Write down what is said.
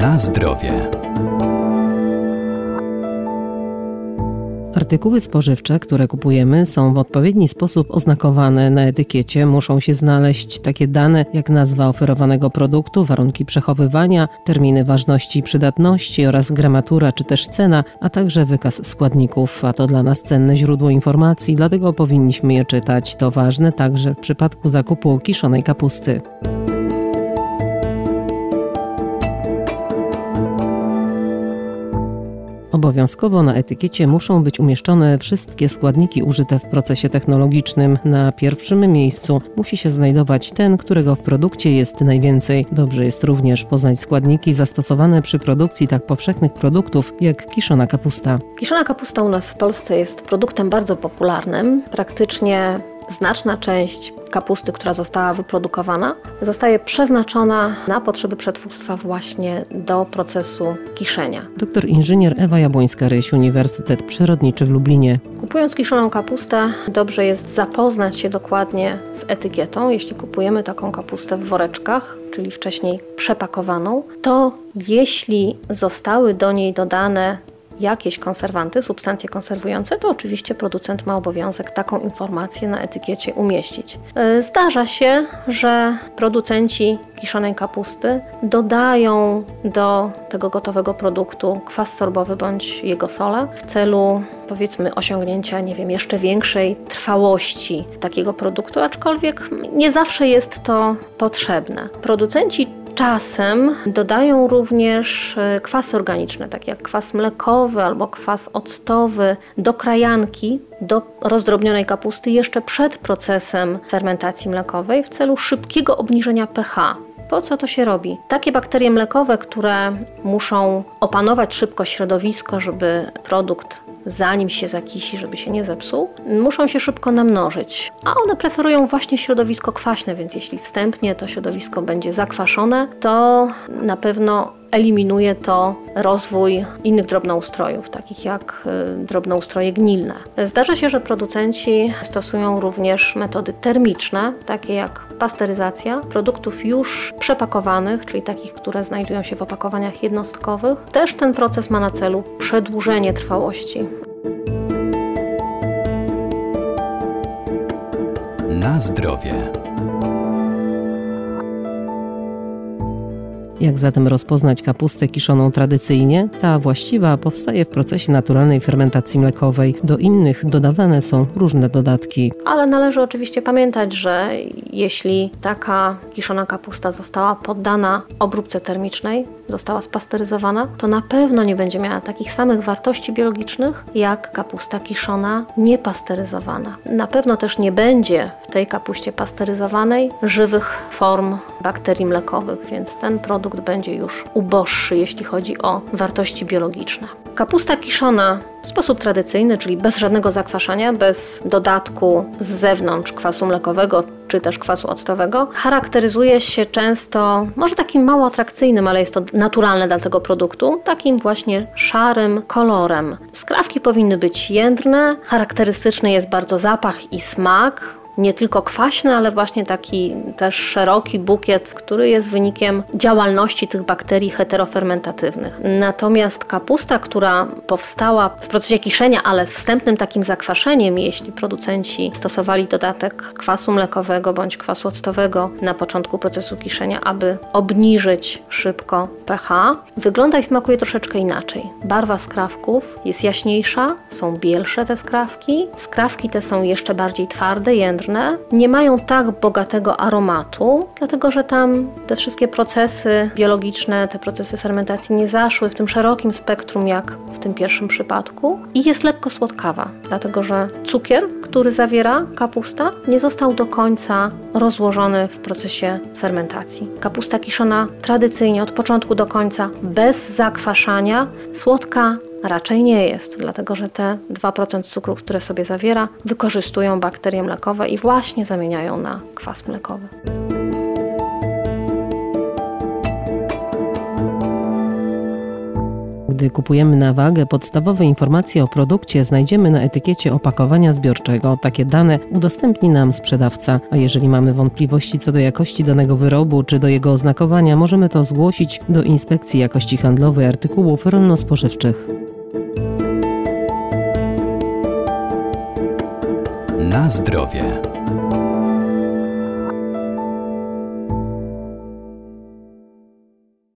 Na zdrowie. Artykuły spożywcze, które kupujemy, są w odpowiedni sposób oznakowane. Na etykiecie muszą się znaleźć takie dane jak nazwa oferowanego produktu, warunki przechowywania, terminy ważności i przydatności oraz gramatura czy też cena, a także wykaz składników. A to dla nas cenne źródło informacji, dlatego powinniśmy je czytać. To ważne także w przypadku zakupu kiszonej kapusty. Obowiązkowo na etykiecie muszą być umieszczone wszystkie składniki użyte w procesie technologicznym. Na pierwszym miejscu musi się znajdować ten, którego w produkcie jest najwięcej. Dobrze jest również poznać składniki zastosowane przy produkcji tak powszechnych produktów jak kiszona kapusta. Kiszona kapusta u nas w Polsce jest produktem bardzo popularnym. Praktycznie znaczna część kapusty, która została wyprodukowana, zostaje przeznaczona na potrzeby przetwórstwa właśnie do procesu kiszenia. Doktor inżynier Ewa Jabłońska-Ryś, Uniwersytet Przyrodniczy w Lublinie. Kupując kiszoną kapustę, dobrze jest zapoznać się dokładnie z etykietą. Jeśli kupujemy taką kapustę w woreczkach, czyli wcześniej przepakowaną, to jeśli zostały do niej dodane jakieś konserwanty, substancje konserwujące, to oczywiście producent ma obowiązek taką informację na etykiecie umieścić. Zdarza się, że producenci kiszonej kapusty dodają do tego gotowego produktu kwas sorbowy bądź jego sole w celu, powiedzmy, osiągnięcia, jeszcze większej trwałości takiego produktu, aczkolwiek nie zawsze jest to potrzebne. Producenci czasem dodają również kwasy organiczne, takie jak kwas mlekowy albo kwas octowy do krajanki, do rozdrobnionej kapusty jeszcze przed procesem fermentacji mlekowej w celu szybkiego obniżenia pH. Po co to się robi? Takie bakterie mlekowe, które muszą opanować szybko środowisko, żeby produkt, zanim się zakisi, żeby się nie zepsuł, muszą się szybko namnożyć, a one preferują właśnie środowisko kwaśne, więc jeśli wstępnie to środowisko będzie zakwaszone, to na pewno eliminuje to rozwój innych drobnoustrojów, takich jak drobnoustroje gnilne. Zdarza się, że producenci stosują również metody termiczne, takie jak pasteryzacja produktów już przepakowanych, czyli takich, które znajdują się w opakowaniach jednostkowych. Też ten proces ma na celu przedłużenie trwałości. Na zdrowie. Jak zatem rozpoznać kapustę kiszoną tradycyjnie? Ta właściwa powstaje w procesie naturalnej fermentacji mlekowej. Do innych dodawane są różne dodatki. Ale należy oczywiście pamiętać, że jeśli taka kiszona kapusta została poddana obróbce termicznej, została spasteryzowana, to na pewno nie będzie miała takich samych wartości biologicznych jak kapusta kiszona niepasteryzowana. Na pewno też nie będzie w tej kapuście pasteryzowanej żywych form bakterii mlekowych, więc ten produkt będzie już uboższy, jeśli chodzi o wartości biologiczne. Kapusta kiszona w sposób tradycyjny, czyli bez żadnego zakwaszania, bez dodatku z zewnątrz kwasu mlekowego czy też kwasu octowego, charakteryzuje się często, może takim mało atrakcyjnym, ale jest to naturalne dla tego produktu, takim właśnie szarym kolorem. Skrawki powinny być jędrne, charakterystyczny jest bardzo zapach i smak, nie tylko kwaśny, ale właśnie taki też szeroki bukiet, który jest wynikiem działalności tych bakterii heterofermentatywnych. Natomiast kapusta, która powstała w procesie kiszenia, ale z wstępnym takim zakwaszeniem, jeśli producenci stosowali dodatek kwasu mlekowego bądź kwasu octowego na początku procesu kiszenia, aby obniżyć szybko pH, wygląda i smakuje troszeczkę inaczej. Barwa skrawków jest jaśniejsza, są bielsze te skrawki. Skrawki te są jeszcze bardziej twarde, jędrne, nie mają tak bogatego aromatu, dlatego że tam te wszystkie procesy biologiczne, te procesy fermentacji nie zaszły w tym szerokim spektrum jak w tym pierwszym przypadku i jest lekko słodkawa, dlatego że cukier, który zawiera kapusta, nie został do końca rozłożony w procesie fermentacji. Kapusta kiszona tradycyjnie od początku do końca bez zakwaszania, słodka raczej nie jest, dlatego że te 2% cukru, które sobie zawiera, wykorzystują bakterie mlekowe i właśnie zamieniają na kwas mlekowy. Gdy Kiedy kupujemy na wagę, podstawowe informacje o produkcie znajdziemy na etykiecie opakowania zbiorczego. Takie dane udostępni nam sprzedawca, a jeżeli mamy wątpliwości co do jakości danego wyrobu czy do jego oznakowania, możemy to zgłosić do Inspekcji Jakości Handlowej Artykułów Rolno-Spożywczych. Na zdrowie.